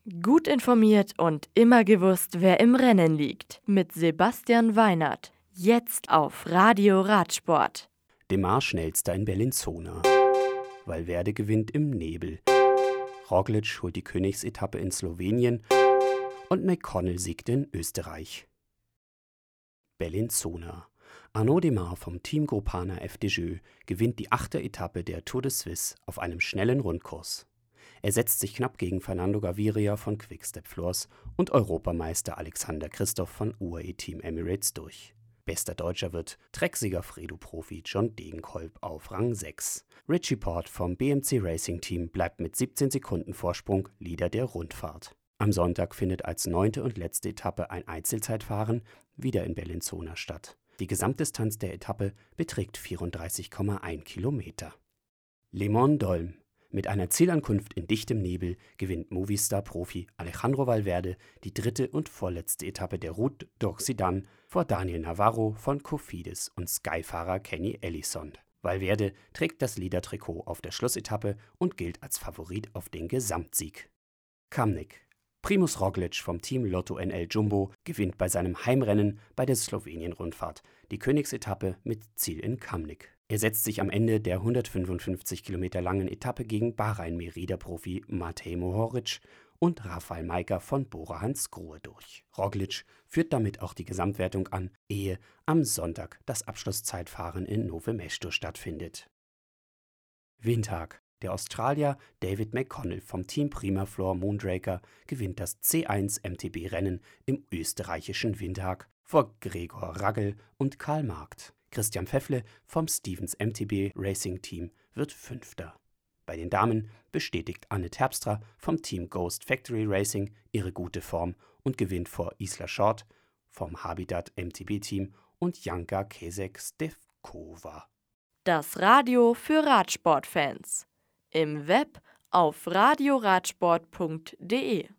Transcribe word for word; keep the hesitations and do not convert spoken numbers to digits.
Gut informiert und immer gewusst, wer im Rennen liegt. Mit Sebastian Weinert. Jetzt auf Radio Radsport. Demar schnellster in Bellinzona. Valverde gewinnt im Nebel. Roglic holt die Königsetappe in Slowenien. Und McConnell siegt in Österreich. Bellinzona. Arnaud Démare vom Team Groupama F D J gewinnt die achte Etappe der Tour de Suisse auf einem schnellen Rundkurs. Er setzt sich knapp gegen Fernando Gaviria von Quick-Step Floors und Europameister Alexander Kristoff von U A E Team Emirates durch. Bester Deutscher wird Trecksieger Fredo-Profi John Degenkolb auf Rang sechs. Richie Porte vom B M C Racing Team bleibt mit siebzehn Sekunden Vorsprung Leader der Rundfahrt. Am Sonntag findet als neunte und letzte Etappe ein Einzelzeitfahren wieder in Bellinzona statt. Die Gesamtdistanz der Etappe beträgt vierunddreißig Komma eins Kilometer. Le Mans d'Olm. Mit einer Zielankunft in dichtem Nebel gewinnt Movistar-Profi Alejandro Valverde die dritte und vorletzte Etappe der Route d'Occident vor Daniel Navarro von Cofidis und Sky-Fahrer Kenny Elissonde. Valverde trägt das Leader-Trikot auf der Schlussetappe und gilt als Favorit auf den Gesamtsieg. Kamnik. Primus Roglic vom Team Lotto N L Jumbo gewinnt bei seinem Heimrennen bei der Slowenien-Rundfahrt die Königsetappe mit Ziel in Kamnik. Er setzt sich am Ende der hundertfünfundfünfzig Kilometer langen Etappe gegen Bahrain-Merida-Profi Matej Mohoric und Rafael Majka von Bora Hansgrohe durch. Roglic führt damit auch die Gesamtwertung an, ehe am Sonntag das Abschlusszeitfahren in Nove Mesto stattfindet. Windhag. Der Australier David McConnell vom Team Primaflor Moondraker gewinnt das C eins M T B-Rennen im österreichischen Windhag vor Gregor Ragel und Karl Markt. Christian Pfeffle vom Stevens M T B Racing Team wird Fünfter. Bei den Damen bestätigt Anne Terpstra vom Team Ghost Factory Racing ihre gute Form und gewinnt vor Isla Short vom Habitat M T B-Team und Janka Kesek-Stevkova. Das Radio für Radsportfans. Im Web auf radioradsport punkt de